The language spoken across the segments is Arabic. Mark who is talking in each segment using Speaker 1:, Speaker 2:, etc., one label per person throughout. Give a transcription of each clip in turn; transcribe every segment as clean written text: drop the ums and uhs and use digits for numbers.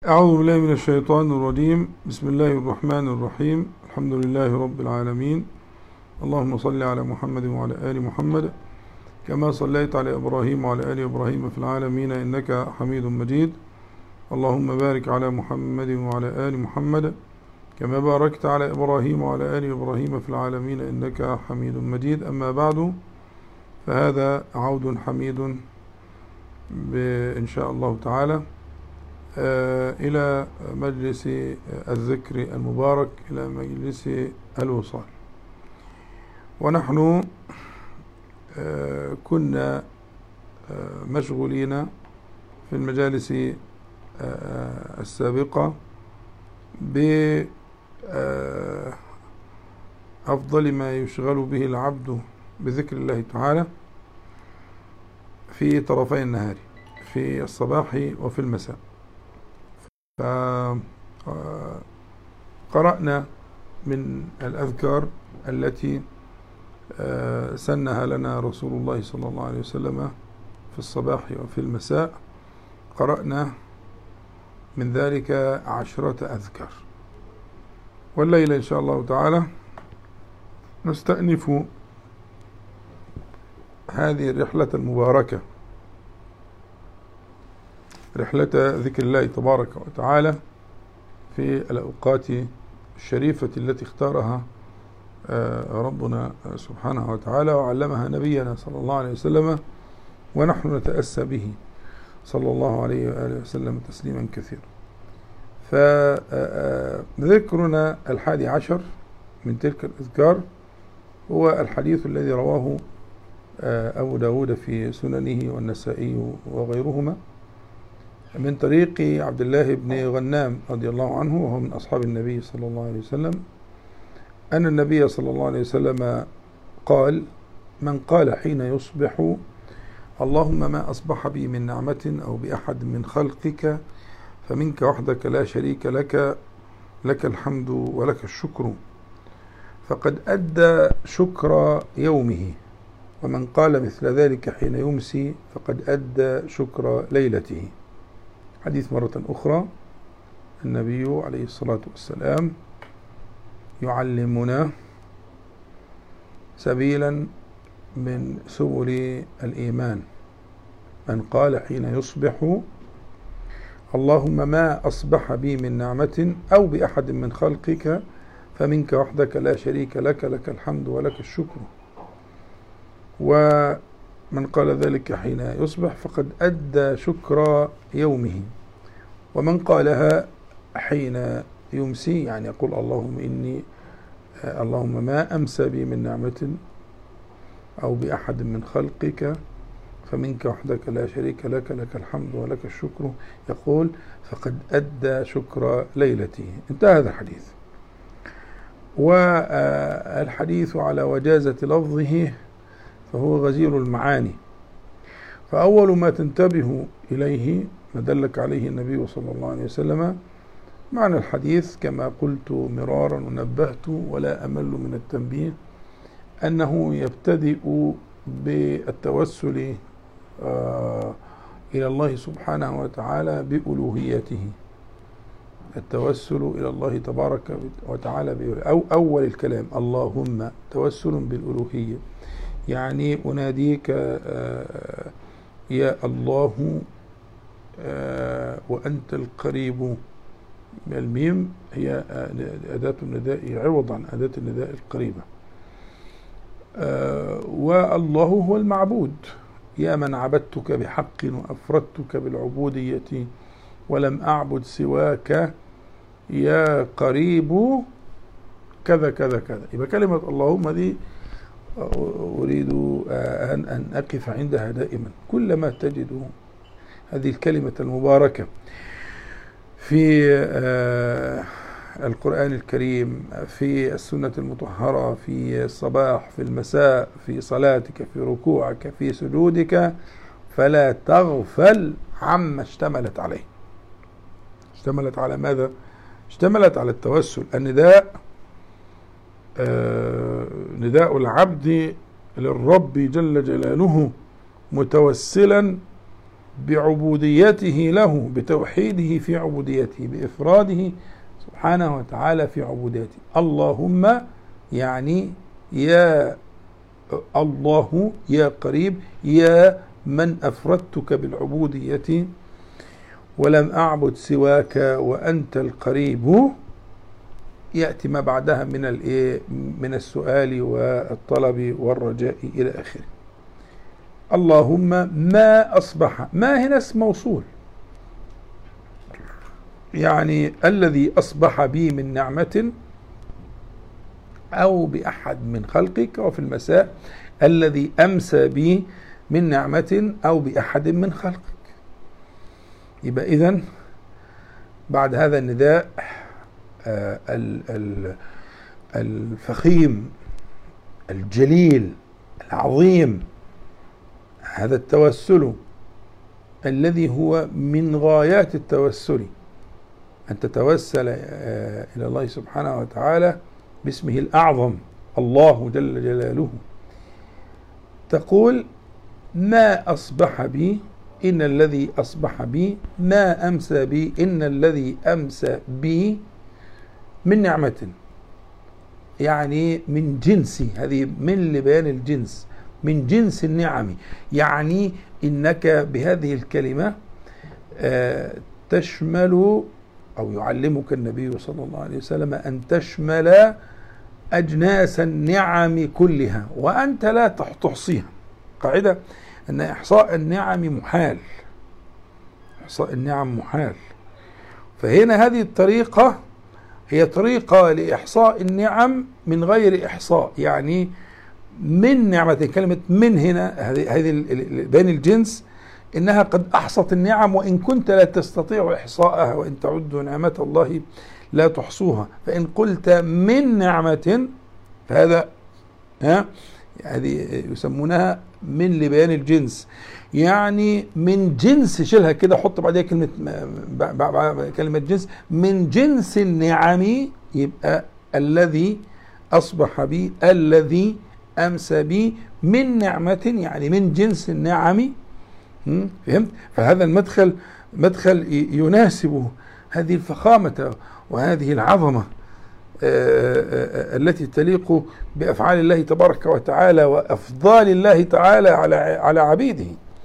Speaker 1: أعوذ بالله من الشيطان الرجيم. بسم الله الرحمن الرحيم. الحمد لله رب العالمين. اللهم صل على محمد وعلى آل محمد كما صليت على إبراهيم وعلى آل إبراهيم في العالمين إنك حميد مجيد. اللهم بارك على محمد وعلى آل محمد كما باركت على إبراهيم وعلى آل إبراهيم في العالمين إنك حميد مجيد. أما بعد، فهذا عود حميد إن شاء الله تعالى إلى مجلس الذكر المبارك، إلى مجلس الوصال. ونحن كنا مشغولين في المجالس السابقة بأفضل ما يشغل به العبد بذكر الله تعالى في طرفي النهار، في الصباح وفي المساء. فقرأنا من الأذكار التي سنها لنا رسول الله صلى الله عليه وسلم في الصباح وفي المساء. قرأنا من ذلك 10 أذكار، والليلة إن شاء الله تعالى نستأنف هذه الرحلة المباركة، رحلة ذكر الله تبارك وتعالى في الأوقات الشريفة التي اختارها ربنا سبحانه وتعالى وعلمها نبينا صلى الله عليه وسلم، ونحن نتأسى به صلى الله عليه وآله وسلم تسليما كثيرا. فذكرنا 11 من تلك الأذكار هو الحديث الذي رواه أبو داود في سننه والنسائي وغيرهما من طريق عبد الله بن غنام رضي الله عنه، وهو من أصحاب النبي صلى الله عليه وسلم، أن النبي صلى الله عليه وسلم قال: من قال حين يصبح اللهم ما أصبح بي من نعمة أو بأحد من خلقك فمنك وحدك لا شريك لك، لك الحمد ولك الشكر، فقد أدى شكر يومه. ومن قال مثل ذلك حين يمسي فقد أدى شكر ليلته. حديث مرة أخرى النبي عليه الصلاة والسلام يعلمنا سبيلا من سبل الإيمان. من قال حين يصبح اللهم ما أصبح بي من نعمة أو بأحد من خلقك فمنك وحدك لا شريك لك، لك الحمد ولك الشكر. ومن قال ذلك حين يصبح فقد أدى شكر يومه. ومن قالها حين يمسي يعني يقول اللهم ما أمسى بي من نعمة أو بأحد من خلقك فمنك وحدك لا شريك لك، لك الحمد ولك الشكر، يقول فقد أدى شكر ليلته. انتهى هذا الحديث. والحديث على وجازة لفظه فهو غزير المعاني. فأول ما تنتبه إليه ما دلك عليه النبي صلى الله عليه وسلم معنى الحديث، كما قلت مرارا ونبهت ولا أمل من التنبيه، أنه يبتدئ بالتوسل إلى الله سبحانه وتعالى بألوهيته. التوسل إلى الله تبارك وتعالى أو أول الكلام اللهم توسل بالألوهية، يعني أناديك يا الله وأنت القريب. الميم هي أداة النداء عوض عن أداة النداء القريبة. والله هو المعبود، يا من عبدتك بحق وأفردتك بالعبودية ولم أعبد سواك يا قريب كذا كذا كذا. يبقى كلمة اللهم دي أريد أن أقف عندها دائما. كلما تجد هذه الكلمة المباركة في القرآن الكريم، في السنة المطهرة، في الصباح، في المساء، في صلاتك، في ركوعك، في سجودك، فلا تغفل عما اشتملت عليه. اشتملت على ماذا؟ اشتملت على التوسل. النداء نداء العبد للرب جل جلاله متوسلا بعبوديته له، بتوحيده في عبوديته، بإفراده سبحانه وتعالى في عبوديته. اللهم يعني يا الله، يا قريب، يا من أفردتك بالعبودية ولم أعبد سواك وأنت القريب. يأتي ما بعدها من السؤال والطلب والرجاء إلى آخره. اللهم ما أصبح، ما هنا اسم موصول، يعني الذي أصبح بي من نعمة أو بأحد من خلقك، وفي المساء الذي أمسى بي من نعمة أو بأحد من خلقك. يبقى إذن بعد هذا النداء الفخيم الجليل العظيم، هذا التوسل الذي هو من غايات التوسل، أن تتوسل إلى الله سبحانه وتعالى باسمه الأعظم الله جل جلاله. تقول ما أصبح بي إن الذي أصبح بي، ما أمسى بي إن الذي أمسى بي من نعمة، يعني من جنسي، هذه من لبيان الجنس، من جنس النعم. يعني إنك بهذه الكلمة تشمل، أو يعلمك النبي صلى الله عليه وسلم أن تشمل أجناس النعم كلها وأنت لا تحصيها. قاعدة أن إحصاء النعم محال، إحصاء النعم محال. فهنا هذه الطريقة هي طريقة لإحصاء النعم من غير إحصاء، يعني من نعمة. كلمة من هنا هذه بين الجنس، إنها قد أحصت النعم وإن كنت لا تستطيع إحصاءها، وإن تعدوا نعمة الله لا تحصوها. فإن قلت من نعمة فهذا هذه يسمونها من لبيان الجنس، يعني من جنس، شيلها كده حط بعدها كلمة جنس، من جنس النعم. يبقى الذي أصبح بي، الذي أمسى بي من نعمة، يعني من جنس النعم. فهمت؟ فهذا المدخل مدخل يناسب هذه الفخامة وهذه العظمة التي تليق بأفعال الله تبارك وتعالى وأفضال الله تعالى على عبيده.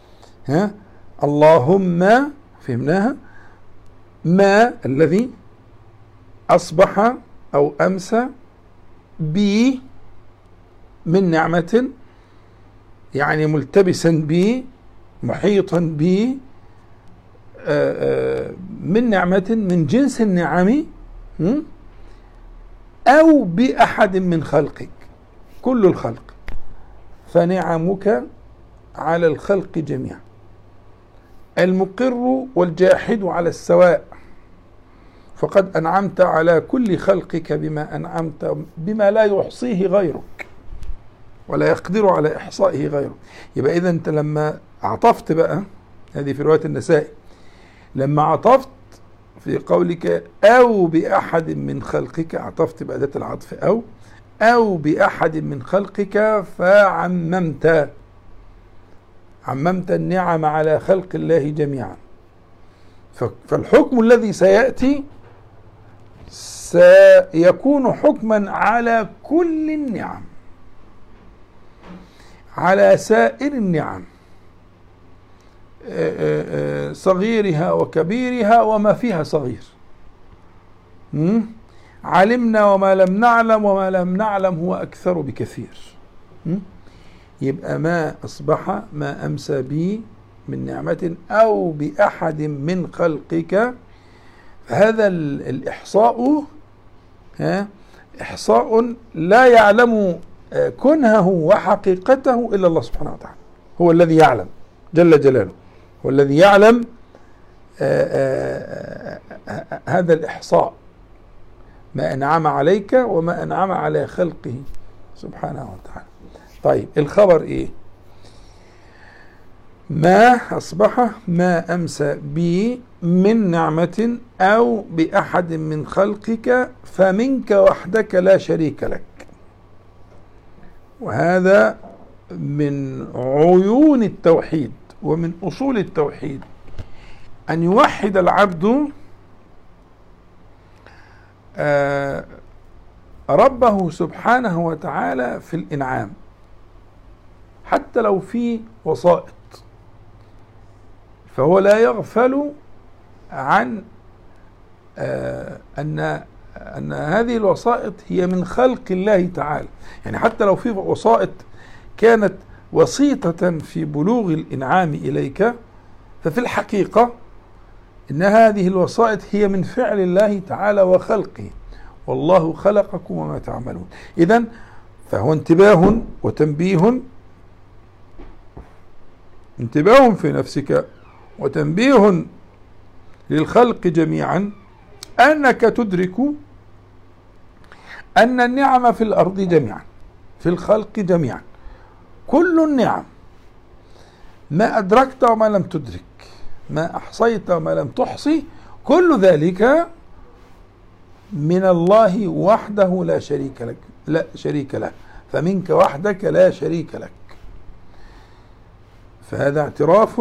Speaker 1: اللهم، فهمناها، ما الذي أصبح أو أمسى بي من نعمة، يعني ملتبسا بي، محيطا بي، من نعمة من جنس النعم، أو بأحد من خلقك، كل الخلق، فنعمك على الخلق جميعا، المقر والجاحد على السواء، فقد أنعمت على كل خلقك بما أنعمت، بما لا يحصيه غيرك ولا يقدر على إحصائه غيره. يبقى إذا أنت لما عطفت بقى، هذه في رواية النسائي، لما عطفت في قولك أو بأحد من خلقك، عطفت بأداة العطف أو بأحد من خلقك، فعممت النعم على خلق الله جميعا. فالحكم الذي سيأتي سيكون حكما على كل النعم، على سائر النعم، صغيرها وكبيرها وما فيها صغير. علمنا وما لم نعلم، وما لم نعلم هو أكثر بكثير. يبقى ما أصبح، ما أمسى بي من نعمة أو بأحد من خلقك، هذا الإحصاء إحصاء لا يعلم كنهه وحقيقته إلا الله سبحانه وتعالى. هو الذي يعلم جل جلاله، هو الذي يعلم هذا الإحصاء، ما أنعم عليك وما أنعم على خلقه سبحانه وتعالى. طيب الخبر إيه؟ ما أصبح، ما أمسى بي من نعمة أو بأحد من خلقك، فمنك وحدك لا شريك لك. وهذا من عيون التوحيد ومن أصول التوحيد أن يوحد العبد ربه سبحانه وتعالى في الإنعام، حتى لو في وسائط، فهو لا يغفل عن أن هذه الوسائط هي من خلق الله تعالى. يعني حتى لو في وسائط كانت وسيطة في بلوغ الإنعام إليك، ففي الحقيقة إن هذه الوسائط هي من فعل الله تعالى وخلقه، والله خلقكم وما تعملون. إذن فهو انتباه وتنبيه، انتباه في نفسك وتنبيه للخلق جميعا، أنك تدرك أن النعم في الأرض جميعا، في الخلق جميعا، كل النعم، ما أدركت وما لم تدرك، ما أحصيت وما لم تحصي، كل ذلك من الله وحده لا شريك لك، لا شريك له، فمنك وحدك لا شريك لك. فهذا اعتراف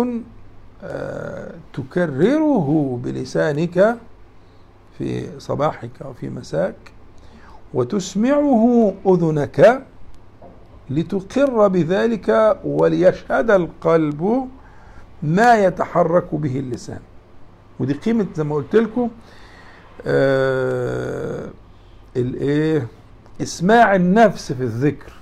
Speaker 1: تكرره بلسانك في صباحك وفي مساك، وتسمعه أذنك لتقر بذلك، وليشهد القلب ما يتحرك به اللسان. ودي قيمة زي ما قلت لكم اسماع النفس في الذكر،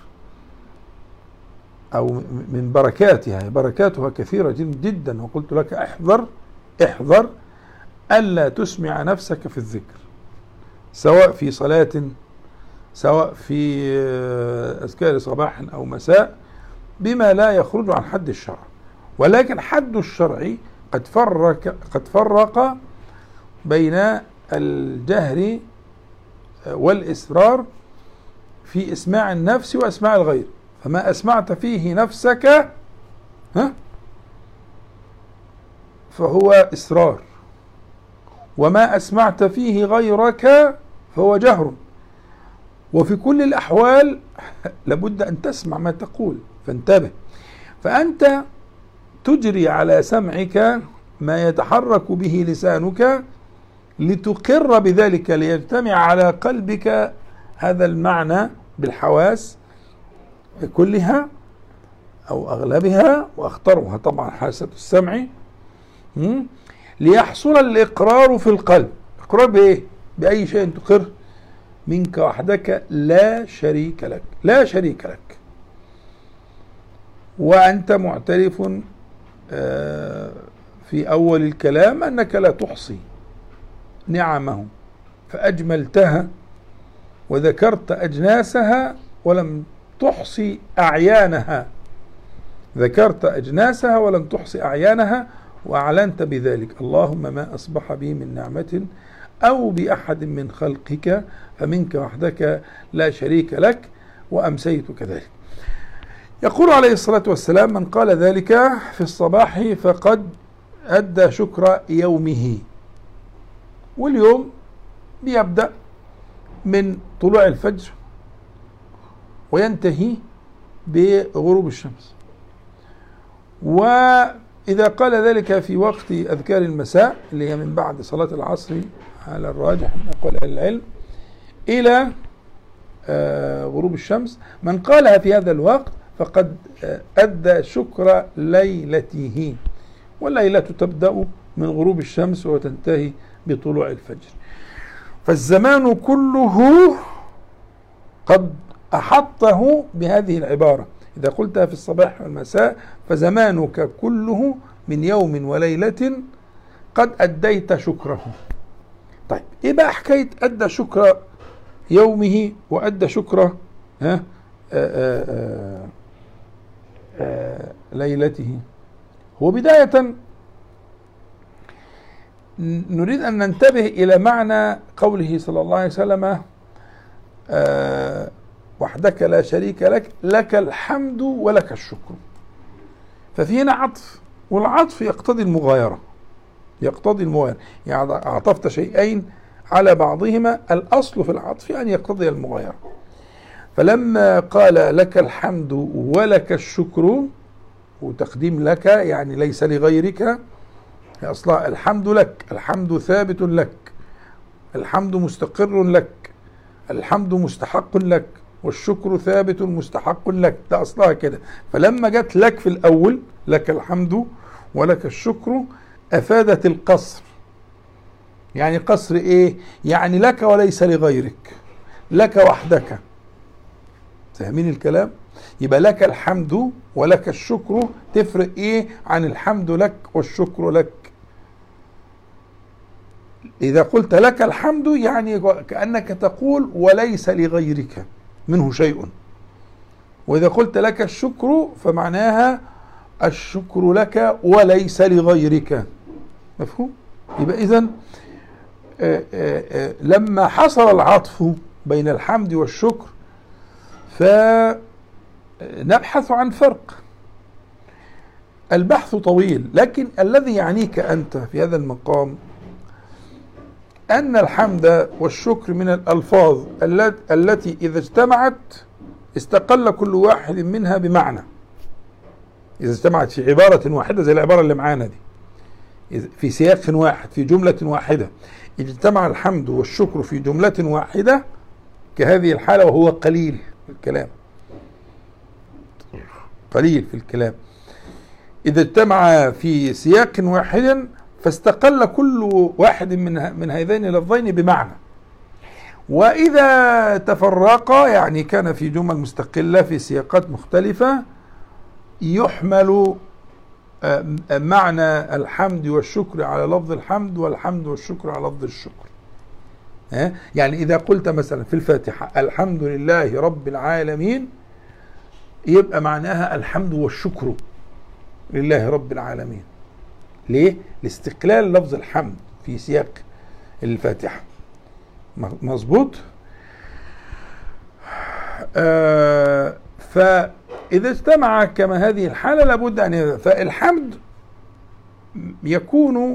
Speaker 1: أو من بركاتها، بركاتها كثيرة جدا. وقلت لك احذر ألا تسمع نفسك في الذكر، سواء في صلاة، سواء في أذكار صباح أو مساء، بما لا يخرج عن حد الشرع. ولكن حد الشرع قد فرق بين الجهر والإسرار في إسماع النفس وإسماع الغير. فما أسمعت فيه نفسك فهو إسرار، وما أسمعت فيه غيرك فهو جهر. وفي كل الأحوال لابد أن تسمع ما تقول، فانتبه. فأنت تجري على سمعك ما يتحرك به لسانك لتقر بذلك، ليجتمع على قلبك هذا المعنى بالحواس كلها أو أغلبها، وأخطرها طبعا حاسة السمع، ليحصل الإقرار في القلب. إقرار بإيه؟ بأي شيء تقر؟ منك وحدك لا شريك لك، لا شريك لك. وأنت معترف في أول الكلام أنك لا تحصي نعمه، فأجملتها وذكرت أجناسها ولم تحصي أعيانها، ذكرت أجناسها ولم تحصي أعيانها، وأعلنت بذلك اللهم ما أصبح بي من نعمة أو بأحد من خلقك فمنك وحدك لا شريك لك، وأمسيت كذلك. يقول عليه الصلاة والسلام: من قال ذلك في الصباح فقد أدى شكر يومه. واليوم بيبدأ من طلوع الفجر وينتهي بغروب الشمس. وإذا قال ذلك في وقت أذكار المساء اللي هي من بعد صلاة العصر على الراجح من أقوال أهل العلم إلى غروب الشمس، من قالها في هذا الوقت فقد أدى شكر ليلته. والليلة تبدأ من غروب الشمس وتنتهي بطلوع الفجر. فالزمان كله قد أحطه بهذه العبارة. إذا قلتها في الصباح والمساء فزمانك كله من يوم وليلة قد أديت شكره. طيب إيه بقى حكاية أدى شكر يومه وأدى شكر ليلته؟ هو بداية نريد أن ننتبه إلى معنى قوله صلى الله عليه وسلم: وحدك لا شريك لك، لك الحمد ولك الشكر. ففي هنا عطف، والعطف يقتضي المغايرة، يقتضي المغايرة. يعني عطفت شيئين على بعضهما، الأصل في العطف أن يقتضي المغايرة. فلما قال لك الحمد ولك الشكر، وتقديم لك يعني ليس لغيرك، هي أصلها الحمد لك، الحمد ثابت لك، الحمد مستقر لك، الحمد مستحق لك، والشكر ثابت مستحق لك، ده أصلها كده. فلما جت لك في الأول، لك الحمد ولك الشكر، أفادت القصر. يعني قصر إيه؟ يعني لك وليس لغيرك، لك وحدك. فاهمين الكلام؟ يبقى لك الحمد ولك الشكر تفرق إيه عن الحمد لك والشكر لك؟ إذا قلت لك الحمد يعني كأنك تقول وليس لغيرك منه شيء، وإذا قلت لك الشكر فمعناها الشكر لك وليس لغيرك. مفهوم؟ يبقى إذن لما حصل العطف بين الحمد والشكر فنبحث عن فرق. البحث طويل، لكن الذي يعنيك أنت في هذا المقام أن الحمد والشكر من الألفاظ التي إذا اجتمعت استقل كل واحد منها بمعنى. إذا اجتمعت في عبارة واحدة زي العبارة اللي معانا دي، في سياق واحد في جملة واحدة، إذا اجتمع الحمد والشكر في جملة واحدة كهذه الحالة، وهو قليل في الكلام، قليل في الكلام. إذا اجتمع في سياق واحد فاستقل كل واحد من هذين اللفظين بمعنى. وإذا تفرقا يعني كان في جمل مستقلة في سياقات مختلفة، يحمل معنى الحمد والشكر على لفظ الحمد، والحمد والشكر على لفظ الشكر. يعني إذا قلت مثلا في الفاتحة الحمد لله رب العالمين، يبقى معناها الحمد والشكر لله رب العالمين. ليه؟ لاستقلال لفظ الحمد في سياق الفاتحة. مظبوط؟ فإذا اجتمع كما هذه الحالة لابد أن فالحمد يكون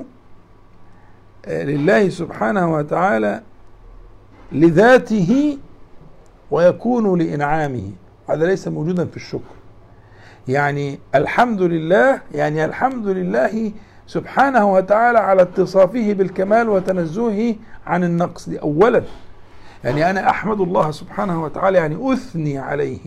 Speaker 1: لله سبحانه وتعالى لذاته، ويكون لإنعامه. هذا ليس موجودا في الشكر. يعني الحمد لله يعني الحمد لله سبحانه وتعالى على اتصافه بالكمال وتنزهه عن النقص. دي أولا، يعني أنا أحمد الله سبحانه وتعالى يعني أثني عليه،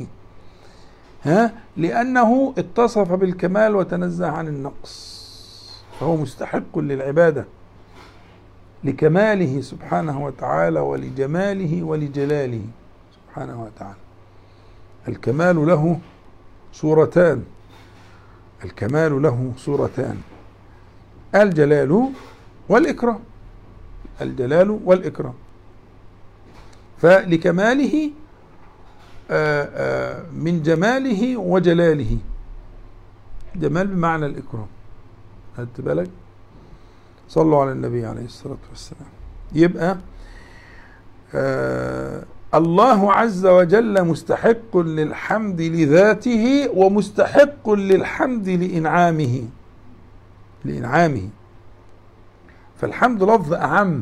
Speaker 1: لأنه اتصف بالكمال وتنزه عن النقص، فهو مستحق للعبادة لكماله سبحانه وتعالى ولجماله ولجلاله سبحانه وتعالى. الكمال له صورتان، الكمال له صورتان، الجلال والإكرام، الجلال والإكرام. فلكماله من جماله وجلاله، جمال بمعنى الإكرام. خدت بالك؟ صلوا على النبي عليه الصلاة والسلام. يبقى الله عز وجل مستحق للحمد لذاته، ومستحق للحمد لإنعامه. فالحمد لفظ أعم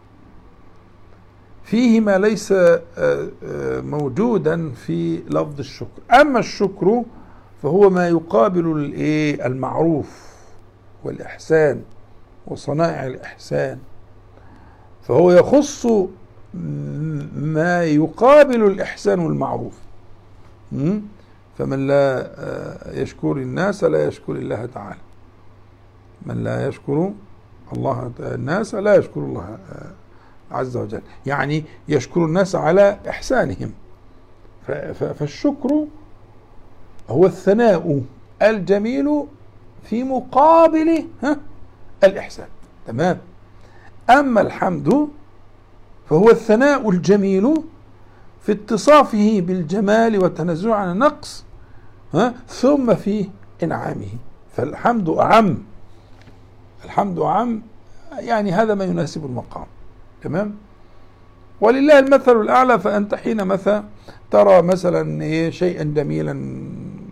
Speaker 1: فيه ما ليس موجودا في لفظ الشكر. أما الشكر فهو ما يقابل المعروف والإحسان وصنائع الإحسان، فهو يخص ما يقابل الإحسان والمعروف. فمن لا يشكر الناس لا يشكر الله تعالى، من لا يشكر الله الناس لا يشكر الله عز وجل، يعني يشكر الناس على إحسانهم. فالشكر هو الثناء الجميل في مقابل الإحسان. تمام. أما الحمد فهو الثناء الجميل في اتصافه بالجمال والتنزه عن النقص، ثم في إنعامه. فالحمد أعم، الحمد أعم، يعني هذا ما يناسب المقام. تمام. ولله المثل الأعلى. فأنت حين مثلا ترى مثلا شيئا جميلا،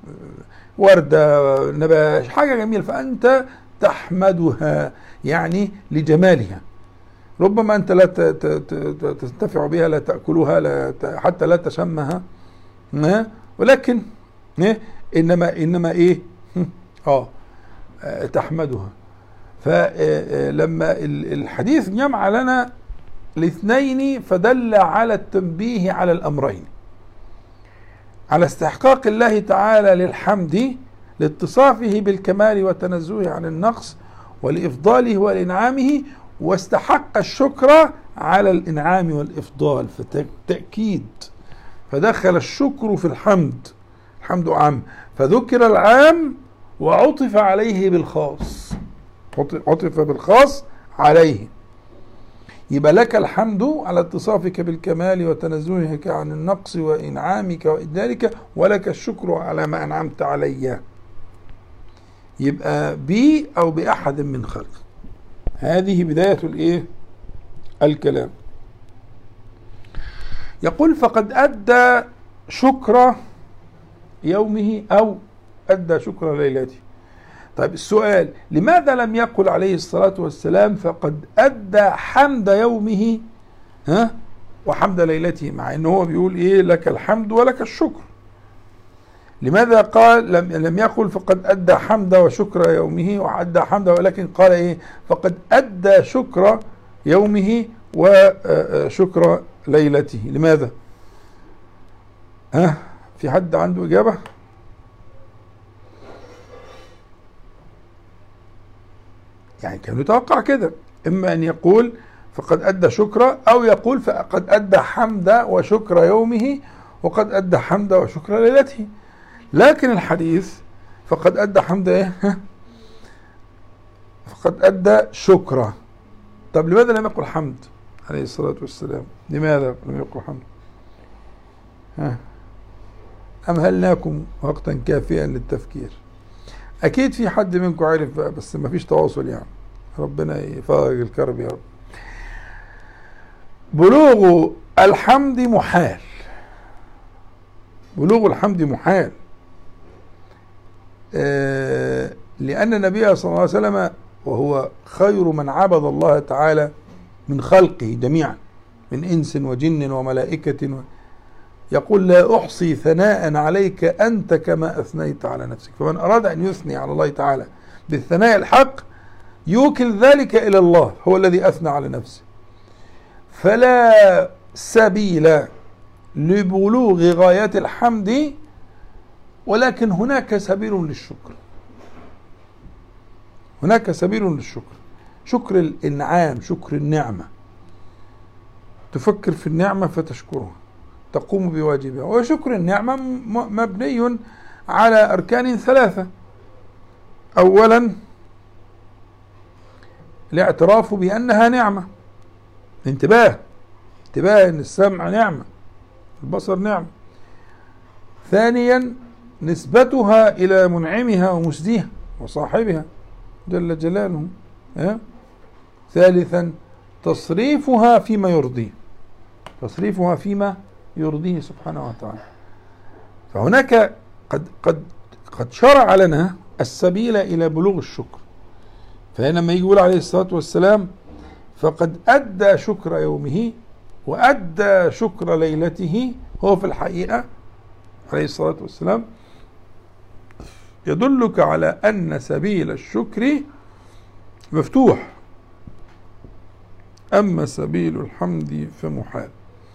Speaker 1: وردة، نبات، حاجة جميلة، فأنت تحمدها يعني لجمالها. ربما أنت لا تنتفع بها، لا تأكلها، حتى لا تشمها، ولكن إنما تحمدها. فلما الحديث جمع لنا الاثنين فدل على التنبيه على الأمرين، على استحقاق الله تعالى للحمد لاتصافه بالكمال وتنزهه عن النقص ولإفضاله ولإنعامه، واستحق الشكر على الإنعام والإفضال، فتأكيد، فدخل الشكر في الحمد، الحمد عام، فذكر العام وعطف عليه بالخاص، عطف بالخاص عليه. يبقى لك الحمد على اتصافك بالكمال وتنزهك عن النقص وإنعامك وإذلك، ولك الشكر على ما أنعمت علي. يبقى بي أو بأحد من خلق. هذه بداية الكلام. يقول فقد أدى شكر يومه أو أدى شكر ليلته. طيب السؤال، لماذا لم يقل عليه الصلاة والسلام فقد أدى حمد يومه وحمد ليلته، مع أنه هو بيقول لك الحمد ولك الشكر؟ لماذا قال لم يقل فقد أدى حمد وشكر يومه وأدى حمد، ولكن قال فقد أدى شكر يومه وشكر ليلته؟ لماذا؟ في حد عنده إجابة؟ يعني كان يتوقع كده، إما أن يقول فقد أدى شكر، أو يقول فقد أدى حمد وشكر يومه وقد أدى حمد وشكر ليلته. لكن الحديث فقد أدى حمد فقد أدى شكر. طب لماذا لم يقل حمد عليه الصلاة والسلام؟ لماذا لم يقل حمد؟ أمهلناكم وقتا كافيا للتفكير. أكيد في حد منكم عارف بقى، بس ما فيش تواصل يعني. ربنا يفرج الكرب يا رب. بلوغ الحمد محال، بلوغ الحمد محال، لأن النبي صلى الله عليه وسلم وهو خير من عبد الله تعالى من خلقه جميعا من إنس وجن وملائكة، يقول لا أحصي ثناء عليك أنت كما أثنيت على نفسك. فمن أراد أن يثني على الله تعالى بالثناء الحق يوكل ذلك إلى الله، هو الذي أثنى على نفسه. فلا سبيل لبلوغ غاية الحمد، ولكن هناك سبيل للشكر، هناك سبيل للشكر، شكر الإنعام، شكر النعمة، تفكر في النعمة فتشكرها، تقوم بواجبها. وشكر النعمة مبني على أركان ثلاثة. أولا الاعتراف بأنها نعمة، انتباه أن السمع نعمة، البصر نعمة. ثانيا نسبتها إلى منعمها ومسديها وصاحبها جل جلاله. ثالثا تصريفها فيما يرضيه، تصريفها فيما يرضيه سبحانه وتعالى. فهناك قد شرع لنا السبيل إلى بلوغ الشكر. فلما يقول عليه الصلاة والسلام فقد أدى شكر يومه وأدى شكر ليلته، هو في الحقيقة عليه الصلاة والسلام يدلك على أن سبيل الشكر مفتوح، أما سبيل الحمد فمحال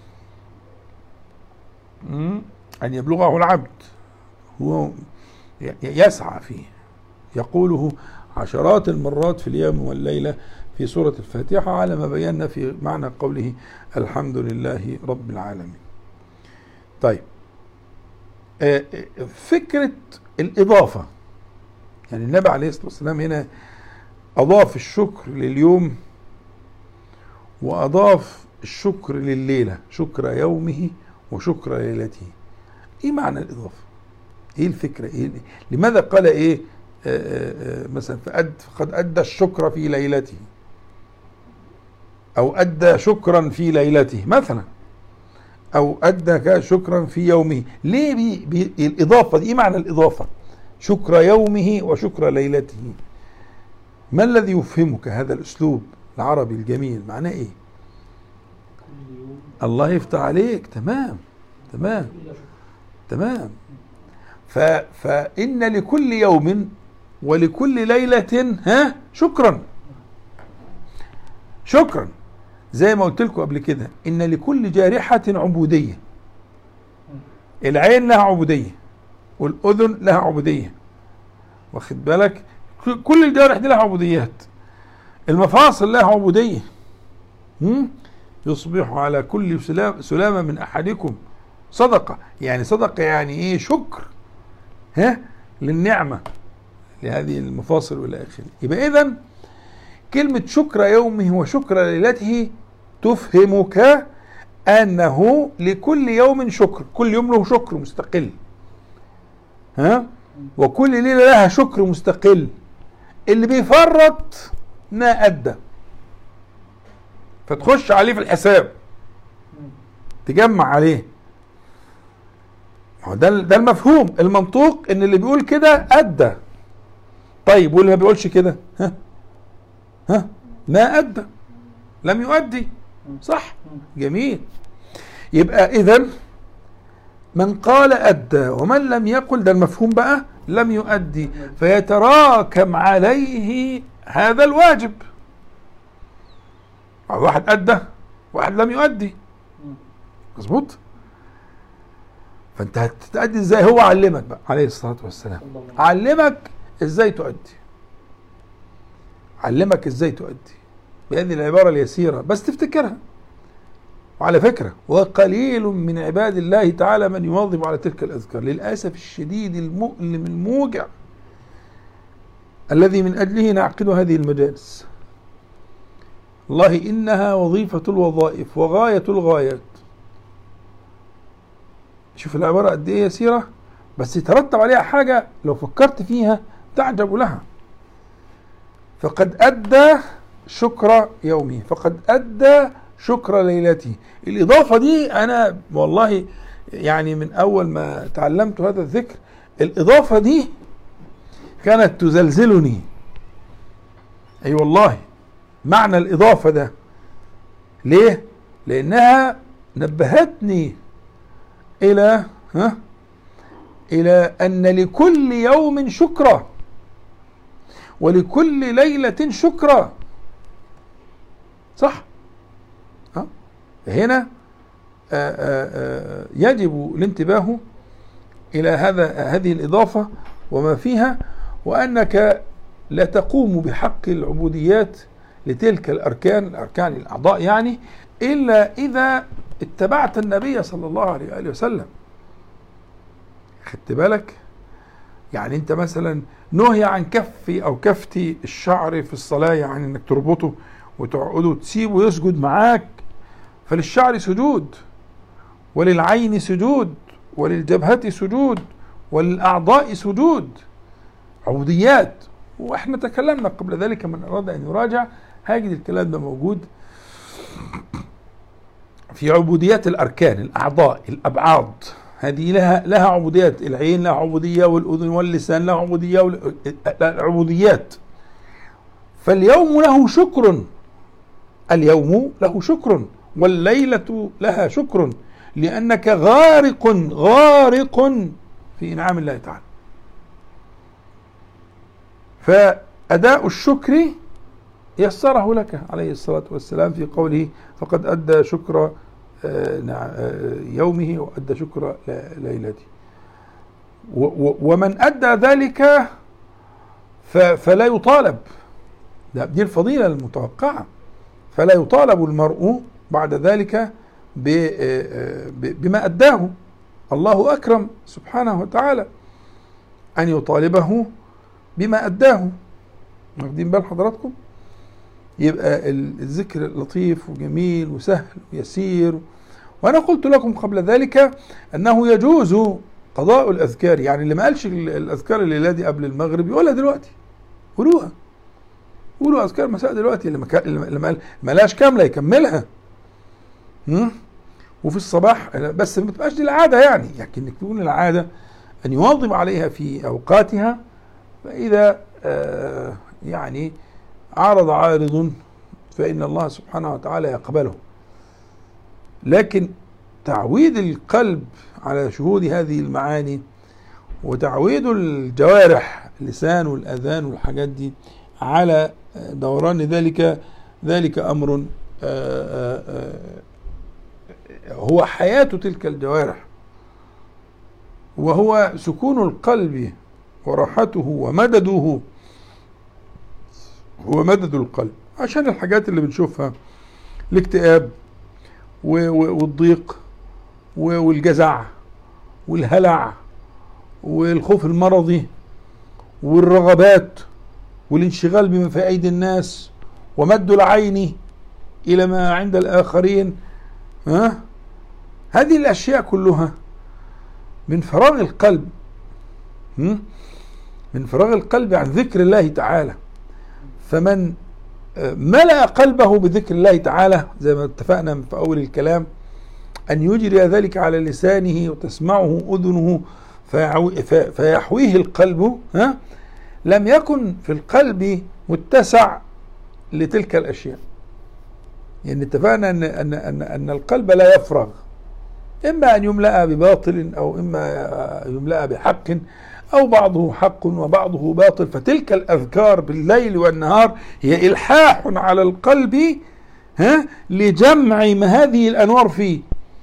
Speaker 1: أن يبلغه العبد، هو يسعى فيه، يقوله عشرات المرات في اليوم والليلة في سورة الفاتحة، على ما بينا في معنى قوله الحمد لله رب العالمين. طيب فكرة الإضافة، يعني النبي عليه الصلاة والسلام هنا أضاف الشكر لليوم وأضاف الشكر لليلة، شكر يومه وشكر ليلته. إيه معنى الإضافة؟ إيه الفكرة؟ لماذا قال مثلا فقد أدى الشكر في ليلته، أو أدى شكرا في ليلته مثلا، أو أدى شكرا في يومه؟ ليه الإضافة دي؟ إيه معنى الإضافة؟ شكر يومه وشكر ليلته، ما الذي يفهمك هذا الأسلوب العربي الجميل؟ معناه إيه؟ الله يفتح عليك. تمام. فإن لكل يوم ولكل ليلة شكرا. شكرا زي ما قلت لكم قبل كده إن لكل جارحة عبودية. العين لها عبودية والأذن لها عبودية، واخد بالك؟ كل الجوارح دي لها عبوديات. المفاصل لها عبودية. يصبح على كل سلامة من أحدكم صدقة. يعني صدقة يعني إيه؟ شكر للنعمة لهذه المفاصل والى اخره. يبقى إذن كلمة شكر يومه وشكر ليلته تفهمك أنه لكل يوم شكر، كل يوم له شكر مستقل، وكل ليلة لها شكر مستقل. اللي بيفرط ما أدى، فتخش عليه في الحساب تجمع عليه. ده المفهوم المنطوق، ان اللي بيقول كده أدى. طيب واللي ما بيقولش كده ما أدى، لم يؤدي. صح؟ جميل. يبقى إذن من قال أدى ومن لم يقل، ده المفهوم بقى، لم يؤدي، فيتراكم عليه هذا الواجب. واحد أدى واحد لم يؤدي، مظبوط؟ فأنت هتتأدي إزاي؟ هو علمك بقى عليه الصلاة والسلام، علمك إزاي تؤدي، علمك إزاي تؤدي بهذه العبارة اليسيرة بس تفتكرها. وعلى فكرة وقليل من عباد الله تعالى من يواظب على تلك الأذكار، للأسف الشديد المؤلم الموجع الذي من أجله نعقد هذه المجالس. والله إنها وظيفة الوظائف وغاية الغايات. شوف العبارة قد إيه يسيرة، بس يترتب عليها حاجة لو فكرت فيها تعجب لها. فقد أدى شكر يومه، فقد أدى شكر ليلته. الإضافة دي أنا والله يعني من أول ما تعلمت هذا الذكر الإضافة دي كانت تزلزلني. أي والله معنى الإضافة ده ليه؟ لأنها نبهتني إلى أن لكل يوم شكرا ولكل ليلة شكرا. صح؟ هنا يجب الانتباه إلى هذه الإضافة وما فيها، وأنك لا تقوم بحق العبوديات لتلك الأركان الأعضاء يعني إلا إذا اتبعت النبي صلى الله عليه وآله وسلم. خدت بالك؟ يعني أنت مثلا نهي عن كف أو كفتي الشعر في الصلاة، يعني أنك تربطه وتقعده وتسيبه يسجد معاك. فللشعر سجود، وللعين سجود، وللجبهة سجود، وللأعضاء سجود، عبوديات. واحنا تكلمنا قبل ذلك، من أراد أن يراجع هاجد الكلام ده موجود في عبوديات الأركان، الأعضاء، الأبعاد. هذه لها عبوديات، العين لها عبودية، والأذن واللسان لها عبودية، العبوديات. فاليوم له شكر، اليوم له شكر، والليلة لها شكر، لأنك غارق في إنعام الله تعالى. فأداء الشكر يسره لك عليه الصلاة والسلام في قوله فقد أدى شكر يومه وأدى شكر ليلته. ومن أدى ذلك فلا يطالب، دي الفضيلة المتوقعة، فلا يطالب المرء بعد ذلك بما أداه. الله أكرم سبحانه وتعالى أن يطالبه بما أداه. واخدين بال حضراتكم؟ يبقى الذكر لطيف وجميل وسهل ويسير. وأنا قلت لكم قبل ذلك أنه يجوز قضاء الأذكار، يعني اللي ما قالش الأذكار الليلة دي قبل المغرب يقولها دلوقتي، قولوا أذكار مساء دلوقتي. اللي ما لاش كاملة يكملها. وفي الصباح بس ما تبقاش دي العادة، يعني انك تكون العادة أن يواظب عليها في أوقاتها. فإذا يعني عارض عارض فإن الله سبحانه وتعالى يقبله. لكن تعويد القلب على شهود هذه المعاني وتعويد الجوارح اللسان والأذان والحاجات دي على دوران ذلك أمر هو حياة تلك الجوارح، وهو سكون القلب وراحته ومدده، هو مدد القلب. عشان الحاجات اللي بنشوفها، الاكتئاب والضيق والجزع والهلع والخوف المرضي والرغبات والانشغال بما في أيدي الناس ومد العين إلى ما عند الآخرين، هذه الأشياء كلها من فراغ القلب، من فراغ القلب عن ذكر الله تعالى. فمن ملأ قلبه بذكر الله تعالى زي ما اتفقنا في أول الكلام أن يجري ذلك على لسانه وتسمعه أذنه فيحويه القلب، لم يكن في القلب متسع لتلك الأشياء. يعني اتفقنا أن القلب لا يفرغ، إما أن يملأ بباطل أو إما يملأ بحق، أو بعضه حق وبعضه باطل. فتلك الأذكار بالليل والنهار هي إلحاح على القلب لجمع هذه الأنوار فيه،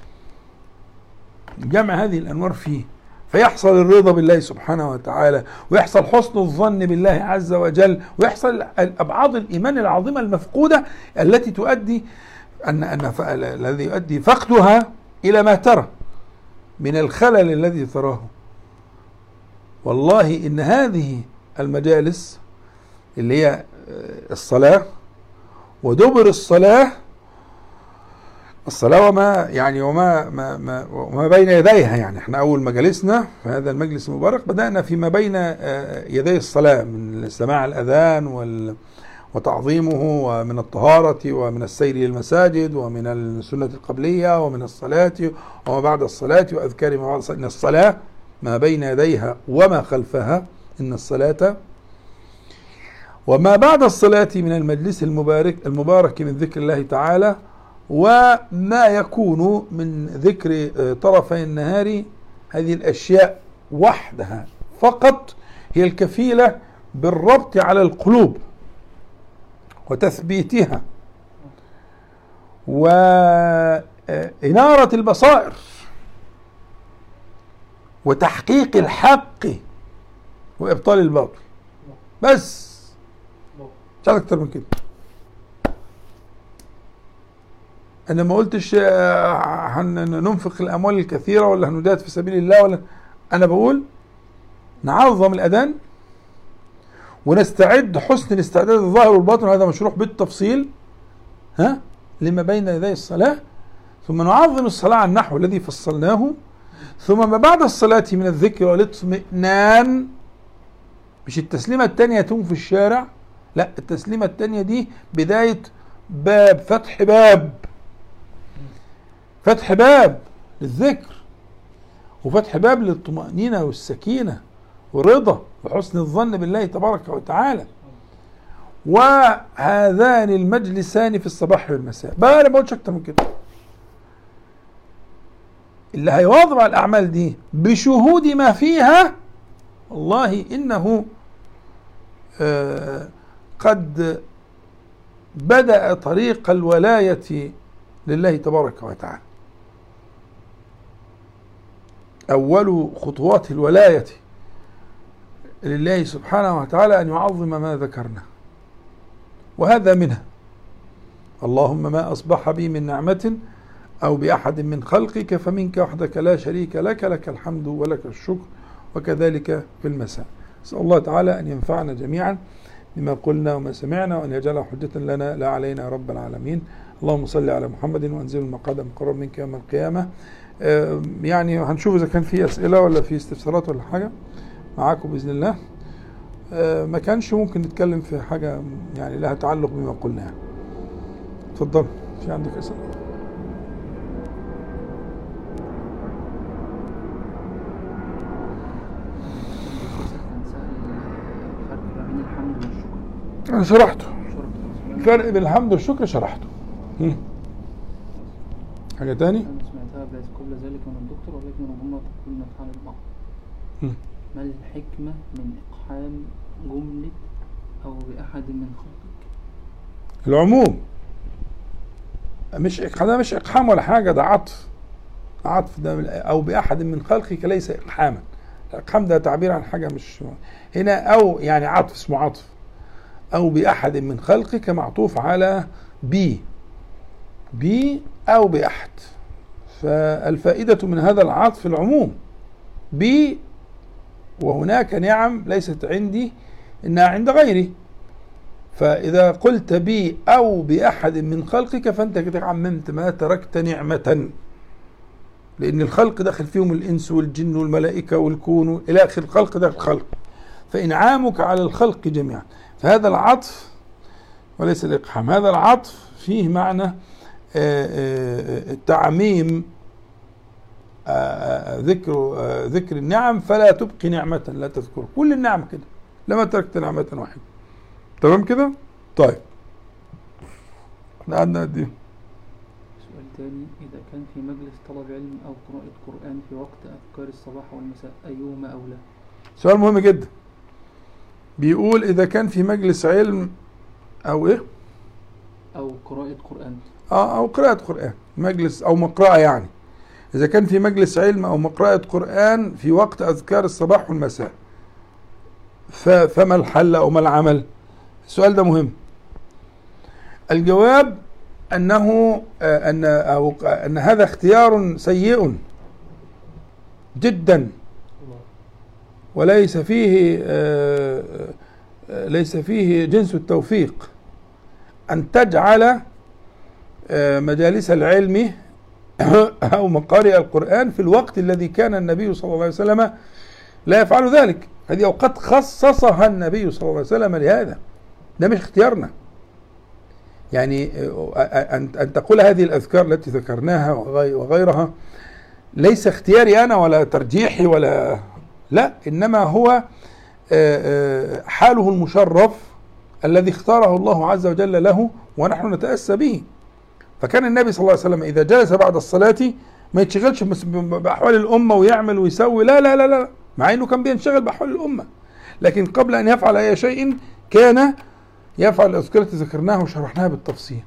Speaker 1: جمع هذه الأنوار فيه، فيحصل الرضا بالله سبحانه وتعالى، ويحصل حسن الظن بالله عز وجل، ويحصل أبعاد الإيمان العظيمة المفقودة التي تؤدي الذي يؤدي فقدها إلى ما ترى من الخلل الذي تراه. والله إن هذه المجالس اللي هي الصلاة ودبر الصلاة وما بين يديها، يعني احنا أول مجالسنا في هذا المجلس المبارك بدأنا فيما بين يدي الصلاة، من سماع الأذان وتعظيمه، ومن الطهارة، ومن السير للمساجد، ومن السنة القبلية، ومن الصلاة وما بعد الصلاة، وأذكار ما بعد الصلاة. إن الصلاة ما بين يديها وما خلفها، إن الصلاة وما بعد الصلاة من المجلس المبارك من ذكر الله تعالى، وما يكون من ذكر طرفي النهار. هذه الأشياء وحدها فقط هي الكفيلة بالربط على القلوب وتثبيتها وإنارة البصائر وتحقيق الحق وإبطال الباطل. بس مش عايز أكتر من كده. أنا ما قلتش هننفق الأموال الكثيرة ولا هنجاهد في سبيل الله، ولا أنا بقول نعظم الأذان ونستعد حسن الاستعداد الظاهر والباطن، وهذا مشروح بالتفصيل لما بين يدي الصلاة. ثم نعظم الصلاة على النحو الذي فصلناه. ثم ما بعد الصلاة من الذكر والاطمئنان، مش التسليمة التانية تقوم في الشارع، لا، التسليمة التانية دي بداية باب، فتح باب للذكر، وفتح باب للطمأنينة والسكينة والرضا وحسن الظن بالله تبارك وتعالى. وهذان المجلسان في الصباح والمساء. بقى أنا ما قلتش أكتر من كده. اللي هيواظب على الأعمال دي بشهود ما فيها، والله إنه قد بدأ طريق الولاية لله تبارك وتعالى. أول خطوات الولاية لله سبحانه وتعالى أن يعظم ما ذكرنا، وهذا منها. اللهم ما أصبح بي من نعمة أو بأحد من خلقك فمنك وحدك لا شريك لك، لك الحمد ولك الشكر، وكذلك في المساء. أسأل الله تعالى أن ينفعنا جميعا بما قلنا وما سمعنا، وأن يجعله حجة لنا لا علينا رب العالمين. اللهم صل على محمد وأنزل المقعد مقرب منك يوم القيامة. يعني هنشوف إذا كان في أسئلة ولا في استفسارات ولا حاجة معاكم بإذن الله. ما كانش ممكن نتكلم في حاجة يعني لها تعلق بما قلنا يعني. اتفضل، في عندك أسئلة؟ أنا شرحته، الفرق بين الحمد والشكر شرحته. حاجة تاني؟
Speaker 2: أنا سمعتها قبل ذلك من الدكتور، ولكن هم تقولون في حال البعض. ما الحكمة من إقحام جملة أو بأحد من خلقك؟
Speaker 1: العموم، ده مش إقحام ولا حاجة، ده عطف ده، أو بأحد من خلقك ليس إقحاما. الإقحام ده تعبير عن حاجة مش هنا، أو يعني عطف، اسمه عطف. أو بأحد من خلقك معطوف على بي أو بأحد، فالفائدة من هذا العطف العموم. بي، وهناك نعم ليست عندي إنها عند غيري، فإذا قلت بي أو بأحد من خلقك فأنت كده عممت، ما تركت نعمة، لأن الخلق داخل فيهم الإنس والجن والملائكة والكون إلى آخر، الخلق داخل الخلق، فإنعامك على الخلق جميعا. فهذا العطف وليس الإقحام، هذا العطف فيه معنى التعميم، ذكر النعم، فلا تبقي نعمة لا تذكر كل النعم كده، لما تركت نعمة واحدة. تمام كده؟ طيب احنا قعدنا قد ايه؟
Speaker 2: سؤال تاني: إذا كان في مجلس طلب علم أو قراءة قرآن في وقت أذكار الصباح والمساء أيهما أولى؟
Speaker 1: سؤال مهم جدا. بيقول إذا كان في مجلس علم أو إيه؟
Speaker 2: أو قراءة قرآن.
Speaker 1: أو قراءة قرآن، مجلس أو مقرأة يعني. إذا كان في مجلس علم أو مقرأة قرآن في وقت أذكار الصباح والمساء، فما الحل أو ما العمل؟ السؤال ده مهم. الجواب أن هذا اختيار سيء جدا، وليس فيه جنس التوفيق أن تجعل مجالس العلم أو مقارئ القرآن في الوقت الذي كان النبي صلى الله عليه وسلم لا يفعل ذلك. هذه أوقات خصصها النبي صلى الله عليه وسلم لهذا، ده مش اختيارنا. يعني أن تقول هذه الأذكار التي ذكرناها وغيرها ليس اختياري أنا ولا ترجيحي لا، إنما هو حاله المشرف الذي اختاره الله عز وجل له ونحن نتأسى به. فكان النبي صلى الله عليه وسلم إذا جلس بعد الصلاة ما يتشغلش بأحوال الأمة ويعمل ويسوي، لا لا لا لا، مع أنه كان بينشغل بأحوال الأمة، لكن قبل أن يفعل أي شيء كان يفعل الأذكار التي ذكرناها وشرحناها بالتفصيل.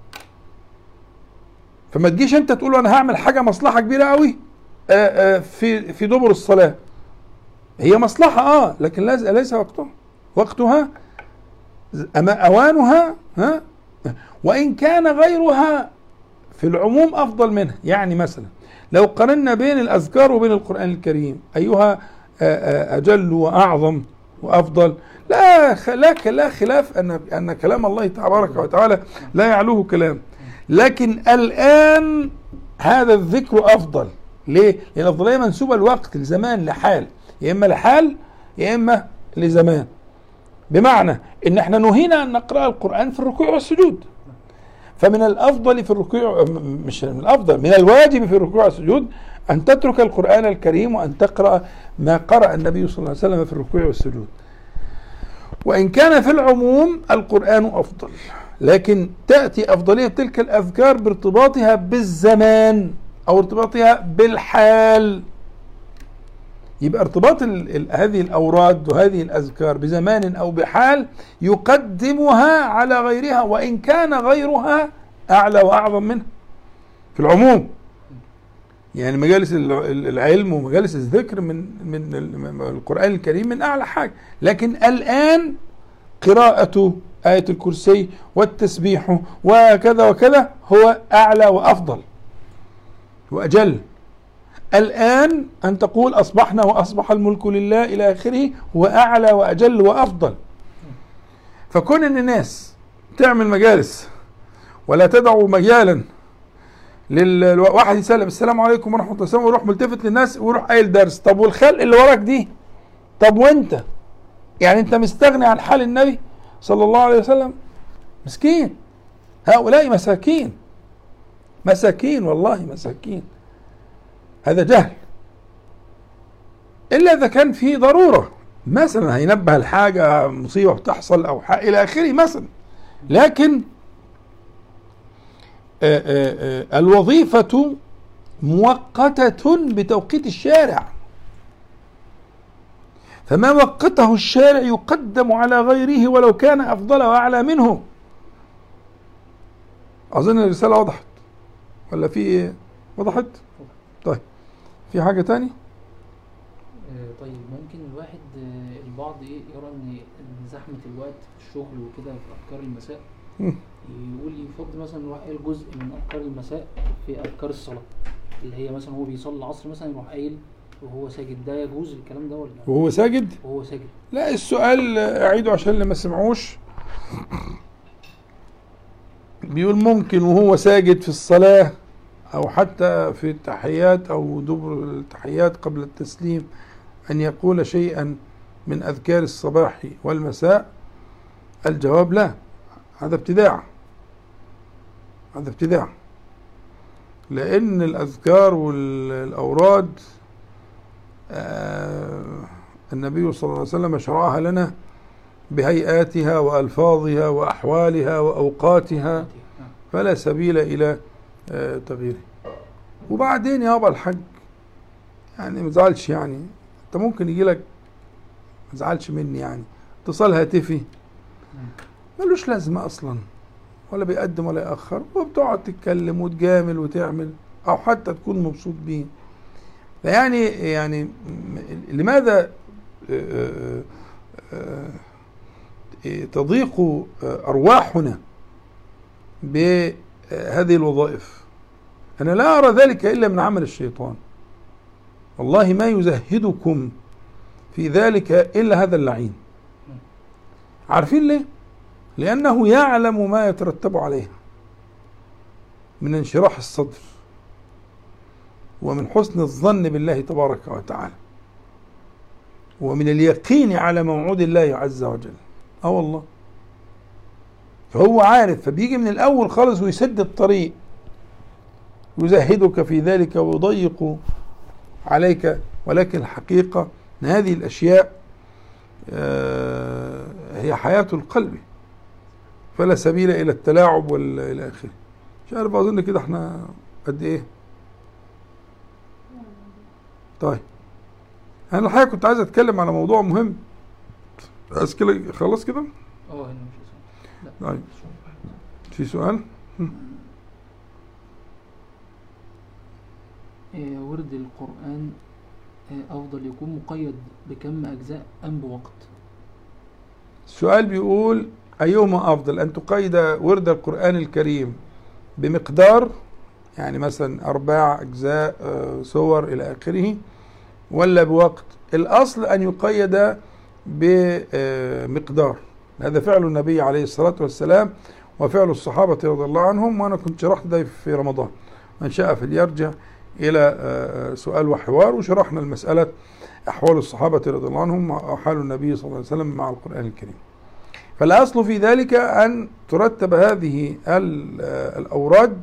Speaker 1: فما تجيش أنت تقول أنا هعمل حاجة مصلحة كبيرة قوي في دبر الصلاة. هي مصلحة لكن ليس وقتها أوانها، وإن كان غيرها في العموم أفضل منها. يعني مثلا لو قارنا بين الأذكار وبين القرآن الكريم أيها أجل وأعظم وأفضل، لا خلاف أن كلام الله تبارك وتعالى لا يعلوه كلام، لكن الآن هذا الذكر أفضل. ليه؟ لأن الأفضلية منسوبة الوقت لزمان لحال، يا إما لحال يا إما لزمان. بمعنى إن احنا نهينا أن نقرأ القرآن في الركوع والسجود، فمن الأفضل في الركوع، مش من الأفضل، من الواجب في الركوع والسجود أن تترك القرآن الكريم وأن تقرأ ما قرأ النبي صلى الله عليه وسلم في الركوع والسجود. وإن كان في العموم القرآن أفضل، لكن تأتي أفضلية تلك الأذكار بارتباطها بالزمان أو ارتباطها بالحال. يبقى ارتباط هذه الأوراد وهذه الأذكار بزمان أو بحال يقدمها على غيرها، وإن كان غيرها أعلى وأعظم منها في العموم. يعني مجالس العلم ومجالس الذكر من القرآن الكريم من أعلى حاجة، لكن الآن قراءة آية الكرسي والتسبيح وكذا وكذا هو أعلى وأفضل وأجل. الآن أن تقول أصبحنا وأصبح الملك لله إلى آخره هو أعلى وأجل وأفضل. فكون أن الناس تعمل مجالس ولا تدعو مجالا للواحد يسلم السلام عليكم ورحمة الله وبركاته ويروح ملتفت للناس ويروح قايل درس، طب والخلق اللي وراك دي؟ طب وانت يعني انت مستغني عن حال النبي صلى الله عليه وسلم؟ مسكين، هؤلاء مساكين والله مساكين. هذا جهل، إلا إذا كان في ضرورة، مثلا هينبه الحاجة مصيبة بتحصل أو إلى آخره مثلا. لكن الوظيفة مؤقتة بتوقيت الشارع، فما وقته الشارع يقدم على غيره ولو كان أفضل وأعلى منه. أظن الرسالة وضحت ولا في إيه؟ وضحت؟ طيب في حاجة تاني؟
Speaker 2: طيب ممكن الواحد البعض يرى ان زحمة الوقت في الشغل وكده في أذكار المساء يقول يفضل مثلا يروح قايل جزء من أذكار المساء في أذكار الصلاة، اللي هي مثلا هو بيصلي العصر مثلا يروح قايل وهو ساجد. ده يجوز الكلام ده ولا؟
Speaker 1: وهو ساجد؟
Speaker 2: وهو ساجد.
Speaker 1: لا، السؤال أعيده عشان اللي ما سمعوش. بيقول ممكن وهو ساجد في الصلاة أو حتى في التحيات أو دبر التحيات قبل التسليم أن يقول شيئا من أذكار الصباح والمساء. الجواب لا، هذا ابتداع، هذا ابتداع، لأن الأذكار والأوراد النبي صلى الله عليه وسلم شرعها لنا بهيئاتها وألفاظها وأحوالها وأوقاتها، فلا سبيل إلى تغييره. وبعدين يا أبا الحج يعني ما تزعلش، يعني أنت ممكن يجي لك، ما تزعلش مني، يعني اتصال هاتفي ملوش لازمة أصلا، ولا بيقدم ولا يأخر، وبتقعد تتكلم وتجامل وتعمل أو حتى تكون مبسوط بيه. يعني لماذا تضيق أرواحنا بهذه الوظائف؟ أنا لا أرى ذلك إلا من عمل الشيطان، والله ما يزهدكم في ذلك إلا هذا اللعين. عارفين ليه؟ لأنه يعلم ما يترتب عليها من انشراح الصدر ومن حسن الظن بالله تبارك وتعالى ومن اليقين على موعود الله عز وجل. والله فهو عارف، فبيجي من الأول خالص ويسد الطريق، يزهدك في ذلك ويضيق عليك. ولكن الحقيقة أن هذه الأشياء هي حياة القلب، فلا سبيل إلى التلاعب والى آخره. مش عارف، أظن كده احنا قد إيه. طيب أنا الحقيقة كنت عايز أتكلم على موضوع مهم، بس كده خلاص كده.
Speaker 2: هنا مش
Speaker 1: سؤال. طيب في سؤال؟
Speaker 2: ورد القرآن أفضل يكون مقيد بكم أجزاء أم بوقت؟
Speaker 1: السؤال بيقول أيهما أفضل، أن تقيد ورد القرآن الكريم بمقدار، يعني مثلا 4 أجزاء سور إلى آخره، ولا بوقت؟ الأصل أن يقيد بمقدار، هذا فعل النبي عليه الصلاة والسلام وفعل الصحابة رضي الله عنهم، وأنا كنت شرحت ده في رمضان، من شاء فليرجع إلى سؤال وحوار، وشرحنا المسألة أحوال الصحابة رضي الله عنهم وحال النبي صلى الله عليه وسلم مع القرآن الكريم. فالأصل في ذلك أن ترتب هذه الأوراد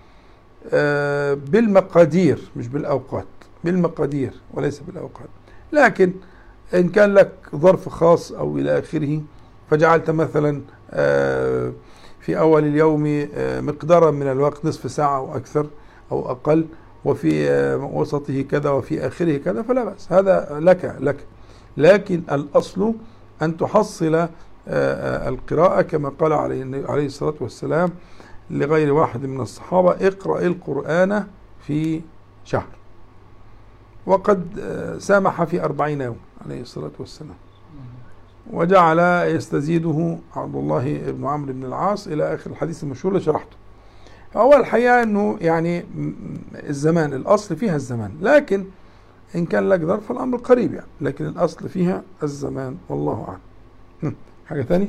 Speaker 1: بالمقادير، مش بالأوقات، بالمقادير وليس بالأوقات. لكن إن كان لك ظرف خاص أو إلى آخره، فجعلت مثلا في أول اليوم مقدارا من الوقت، نصف ساعة أو أكثر أو أقل، وفي وسطه كذا وفي آخره كذا، فلا بأس، هذا لك. لكن الأصل أن تحصل القراءة كما قال عليه الصلاة والسلام لغير واحد من الصحابة: اقرأ القرآن في شهر. وقد سامح في 40 يوم عليه الصلاة والسلام، وجعل يستزيده عبد الله بن عمرو بن العاص إلى آخر الحديث المشهور اللي شرحته. هو الحقيقة أنه يعني الزمان، الأصل فيها الزمان، لكن إن كان لك ظرف فالأمر قريب يعني، لكن الأصل فيها الزمان، والله أعلم. حاجة ثانية؟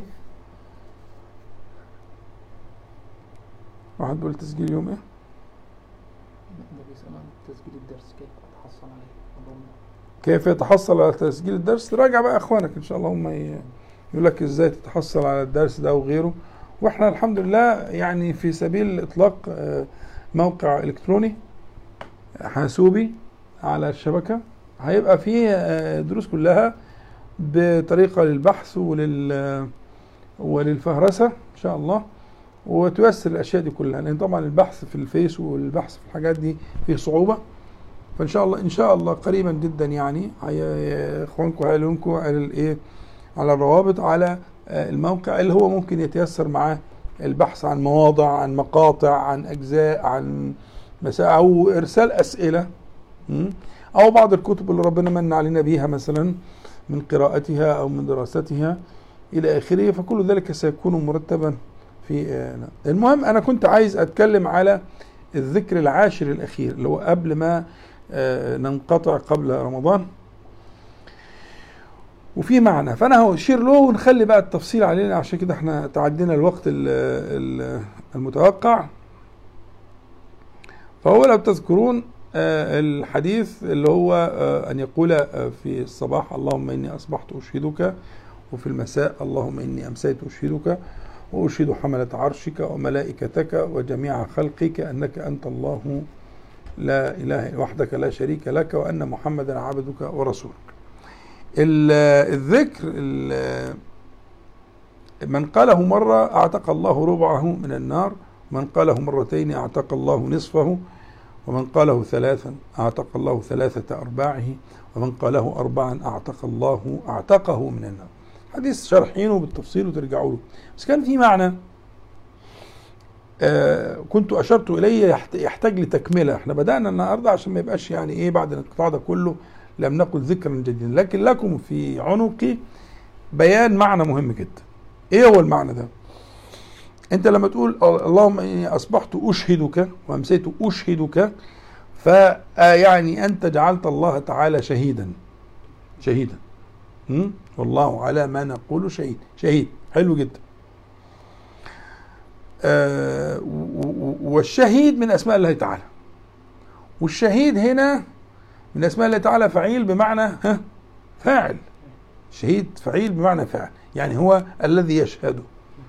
Speaker 1: واحد بيقول تسجيل يوم إيه؟
Speaker 2: ده بيسأل عن تسجيل الدرس، كيف أتحصل عليه؟
Speaker 1: كيف يتحصل على تسجيل الدرس؟ راجع بقى أخوانك إن شاء الله، هم يقول لك إزاي تتحصل على الدرس ده وغيره. وإحنا الحمد لله يعني في سبيل إطلاق موقع إلكتروني حاسوبي على الشبكة، هيبقى فيه دروس كلها بطريقة للبحث وللفهرسة إن شاء الله، وتيسر الأشياء دي كلها، لأن طبعا البحث في الفيس والبحث في الحاجات دي فيه صعوبة، فان شاء الله ان شاء الله قريبا جدا يعني اخوانكم هيعلنكم على الايه، على الروابط على الموقع اللي هو ممكن يتيسر معاه البحث عن مواضع، عن مقاطع، عن اجزاء، عن مسائل، او ارسال اسئله، او بعض الكتب اللي ربنا من علينا بيها مثلا من قراءتها او من دراستها الى اخره. فكل ذلك سيكون مرتبا في المهم انا كنت عايز اتكلم على الذكر العاشر الاخير اللي هو قبل ما ننقطع قبل رمضان، وفي معنى فانا هشير له ونخلي بقى التفصيل علينا عشان كده احنا تعدينا الوقت المتوقع. فهو لو تذكرون الحديث اللي هو أن يقول في الصباح اللهم إني أصبحت أشهدك، وفي المساء اللهم إني أمسيت أشهدك وأشهد حملة عرشك وملائكتك وجميع خلقك أنك أنت الله لا إله وحدك لا شريك لك وأن محمدا عبدك ورسولك. الذكر من قاله مرة أعتق الله ربعه من النار، من قاله مرتين أعتق الله نصفه، ومن قاله ثلاثا أعتق الله ثلاثة أرباعه، ومن قاله أربعا أعتقه من النار. حديث شرحينه بالتفصيل وترجعوا له، بس كان في معنى كنت أشرت إليه يحتاج لتكملة. احنا بدأنا النهاردة عشان ما يبقاش يعني إيه بعد الانقطاع ده كله لم نقل ذكرا جديدا، لكن لكم في عنقي بيان معنى مهم جدا. إيه هو المعنى ده؟ أنت لما تقول اللهم إني أصبحت أشهدك وأمسيت أشهدك، فيعني أنت جعلت الله تعالى شهيدا والله على ما نقول شهيد. حلو جدا. والشهيد من أسماء الله تعالى، والشهيد هنا من أسماء الله تعالى فعيل بمعنى فاعل. شهيد فعيل بمعنى فاعل، يعني هو الذي يشهده.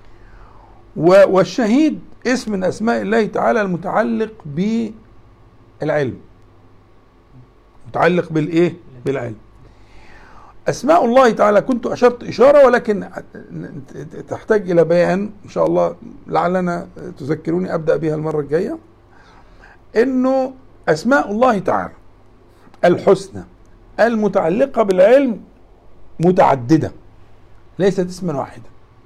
Speaker 1: والشهيد اسم من أسماء الله تعالى المتعلق بالعلم، متعلق بالإيه؟ بالعلم. أسماء الله تعالى كنت أشرت إشارة ولكن تحتاج إلى بيان إن شاء الله، لعلنا تذكروني أبدأ بها المرة الجاية. إنه أسماء الله تعالى الحسنى المتعلقة بالعلم متعددة، ليست اسما واحدا.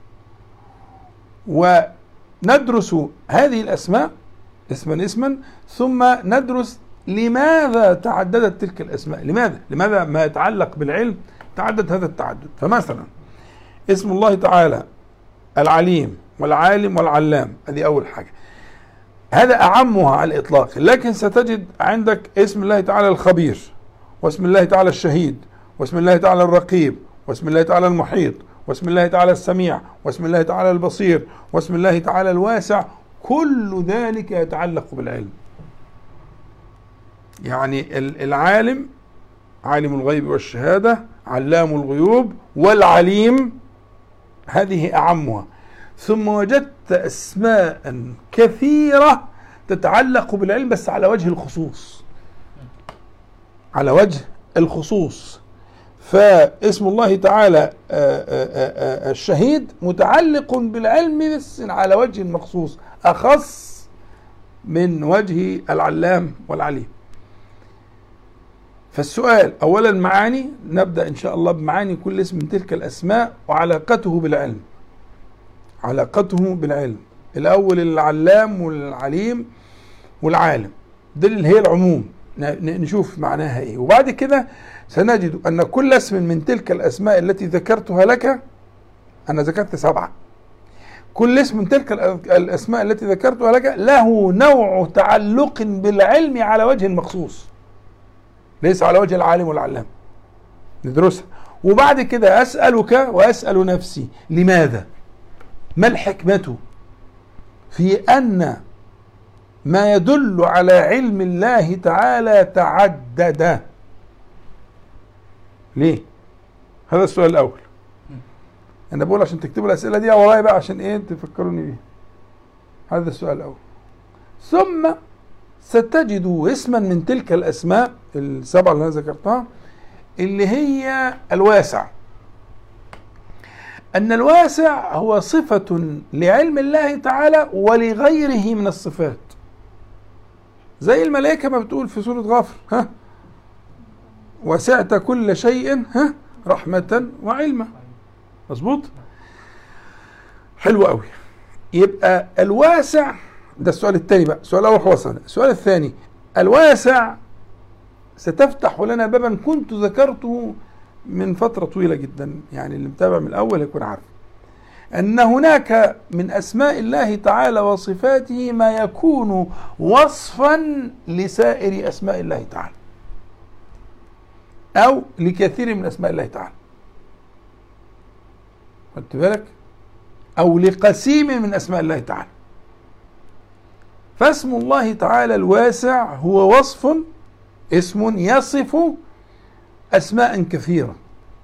Speaker 1: وندرس هذه الأسماء اسما ثم ندرس لماذا تعددت تلك الأسماء، لماذا ما يتعلق بالعلم تعدد هذا التعدد. فمثلا اسم الله تعالى العليم والعالم والعلام، هذه أول حاجة، هذا أعمها على الإطلاق. لكن ستجد عندك اسم الله تعالى الخبير، واسم الله تعالى الشهيد، واسم الله تعالى الرقيب، واسم الله تعالى المحيط، واسم الله تعالى السميع، واسم الله تعالى البصير، واسم الله تعالى الواسع. كل ذلك يتعلق بالعلم. يعني العالم عالم الغيب والشهادة، علام الغيوب، والعليم هذه أعمها. ثم وجدت أسماء كثيرة تتعلق بالعلم بس على وجه الخصوص. فاسم الله تعالى الشهيد متعلق بالعلم بس على وجه مخصوص، أخص من وجه العلام والعليم. فالسؤال أولا معاني، نبدأ إن شاء الله بمعاني كل اسم من تلك الأسماء وعلاقته بالعلم. الأول العلام والعليم والعالم، ده اللي هي العموم، نشوف معناها إيه. وبعد كده سنجد أن كل اسم من تلك الأسماء التي ذكرتها لك، أنا ذكرت 7، كل اسم من تلك الأسماء التي ذكرتها لك له نوع تعلق بالعلم على وجه مخصوص، ليس على وجه العالم والعلام. ندرسها وبعد كده أسألك وأسأل نفسي لماذا؟ ما الحكمة في أن ما يدل على علم الله تعالى تعدد؟ ليه؟ هذا السؤال الأول. أنا بقول عشان تكتبوا الأسئلة دي ورايا بقى عشان إيه تفكروني بيه. هذا السؤال الأول. ثم ستجدوا اسما من تلك الأسماء 7 اللي أنا ذكرتها اللي هي الواسع. أن الواسع هو صفة لعلم الله تعالى ولغيره من الصفات، زي الملائكة ما بتقول في سورة غافر وسعت كل شيء رحمة وعلما. مظبوط. حلو قوي. يبقى الواسع ده السؤال الثاني بقى. السؤال الأول وصلنا. السؤال الثاني الواسع ستفتح لنا بابا كنت ذكرته من فترة طويلة جدا، يعني اللي متابع من الأول يكون عارف أن هناك من أسماء الله تعالى وصفاته ما يكون وصفا لسائر أسماء الله تعالى أو لكثير من أسماء الله تعالى، خدت بالك؟ أو لقسيم من أسماء الله تعالى. فاسم الله تعالى الواسع هو وصف، اسم يصف أسماء كثيرة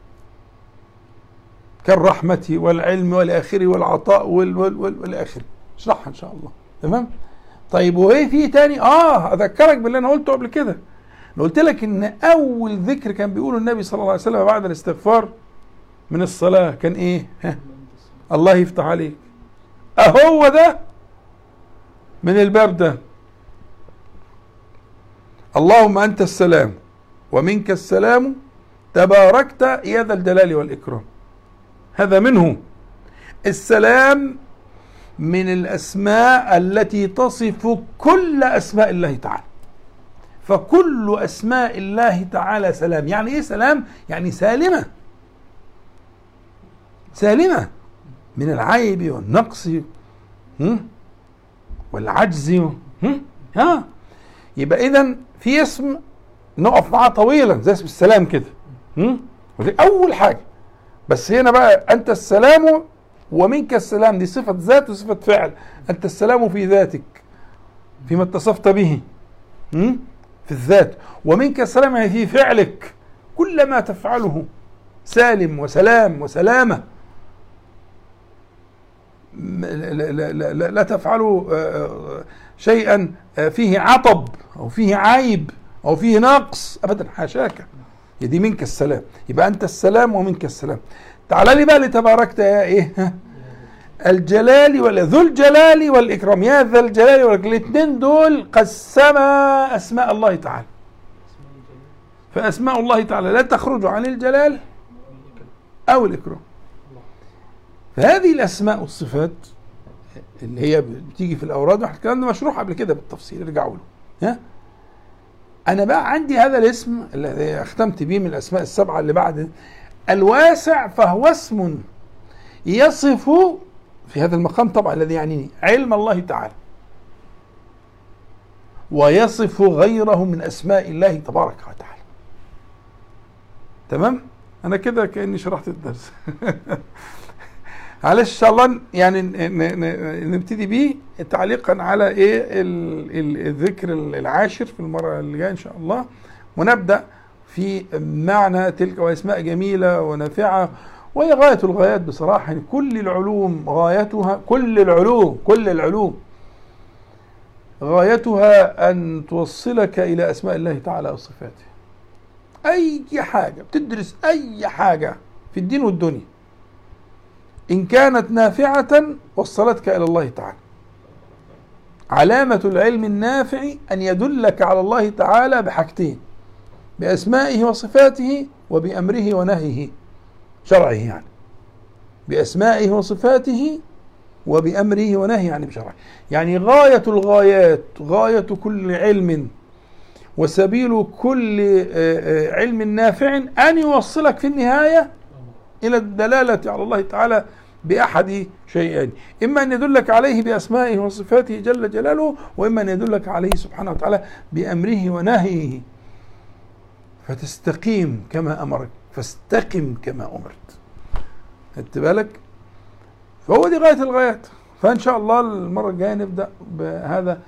Speaker 1: كالرحمة والعلم والآخر والعطاء والآخر. اشرحها إن شاء الله. تمام. طيب وإيه في تاني؟ أذكرك باللي أنا قلته قبل كده. أنا قلت لك إن أول ذكر كان بيقوله النبي صلى الله عليه وسلم بعد الاستغفار من الصلاة كان إيه؟ الله يفتح عليك. أهو ده من الباب ده. اللهم أنت السلام ومنك السلام تباركت يا ذا الجلال والإكرام. هذا منه. السلام من الأسماء التي تصف كل أسماء الله تعالى، فكل أسماء الله تعالى سلام. يعني إيه سلام؟ يعني سالمة، سالمة من العيب والنقص والعجز. يبقى إذن في اسم نقف معاه طويلا زي اسم السلام كده، ودي أول حاجة. بس هنا بقى أنت السلام ومنك السلام، دي صفة ذات وصفة فعل. أنت السلام في ذاتك فيما اتصفت به في الذات، ومنك السلام يعني في فعلك، كل ما تفعله سالم وسلام وسلامة. لا تفعلوا شيئا فيه عطب أو فيه عيب أو فيه نقص أبدا، حاشاك. دي منك السلام. يبقى أنت السلام ومنك السلام. تعال لي بقى لتباركت يا إيه الجلال ذو الجلال والإكرام. يا ذا الجلال والإكرام، الاثنين دول قسما أسماء الله تعالى. فأسماء الله تعالى لا تخرج عن الجلال أو الإكرام. فهذه الأسماء والصفات اللي هي بتيجي في الأوراد، الكلام ده مشروح قبل كده بالتفصيل، ارجعوا له. أنا بقى عندي هذا الاسم الذي أختمت به من الأسماء السبعة اللي بعد الواسع، فهو اسم يصف في هذا المقام طبعا الذي يعنيني علم الله تعالى، ويصف غيره من أسماء الله تبارك وتعالى. تمام؟ أنا كده كأني شرحت الدرس. معلش إن شاء الله يعني نبتدي بيه تعليقا على إيه الذكر العاشر في المرة اللي جاية إن شاء الله، ونبدأ في معنى تلك وأسماء جميلة ونافعة، وهي غاية الغايات بصراحة. يعني كل العلوم غايتها، كل العلوم غايتها أن توصلك إلى أسماء الله تعالى وصفاته. أي حاجة بتدرس، أي حاجة في الدين والدنيا إن كانت نافعة وصلتك إلى الله تعالى. علامة العلم النافع أن يدلك على الله تعالى بحاجتين: بأسمائه وصفاته وبأمره ونهيه شرعه، يعني بأسمائه وصفاته وبأمره ونهيه يعني بشرعه. يعني غاية الغايات، غاية كل علم وسبيل كل علم نافع أن يوصلك في النهاية إلى الدلالة على الله تعالى بأحد شيئين: إما أن يدلك عليه بأسمائه وصفاته جل جلاله، وإما أن يدلك عليه سبحانه وتعالى بأمره ونهيه، فتستقيم كما أمرك، فاستقم كما أمرت. خدت بالك؟ فهو دي غاية الغايات. فإن شاء الله المرة الجاية نبدأ بهذا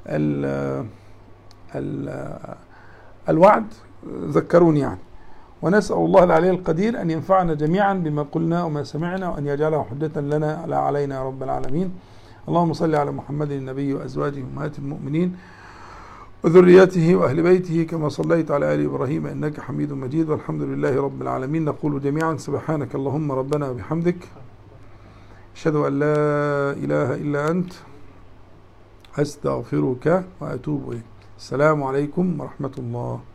Speaker 1: الوعد، ذكروني يعني. ونسأل الله العلي القدير أن ينفعنا جميعا بما قلنا وما سمعنا، وأن يجعله حجة لنا لا علينا يا رب العالمين. اللهم صل على محمد النبي وأزواجه أمهات المؤمنين وذريته وأهل بيته كما صليت على آل إبراهيم إنك حميد مجيد، والحمد لله رب العالمين. نقول جميعا سبحانك اللهم ربنا وبحمدك، أشهد أن لا إله إلا أنت، أستغفرك وأتوب إليك. السلام عليكم ورحمة الله.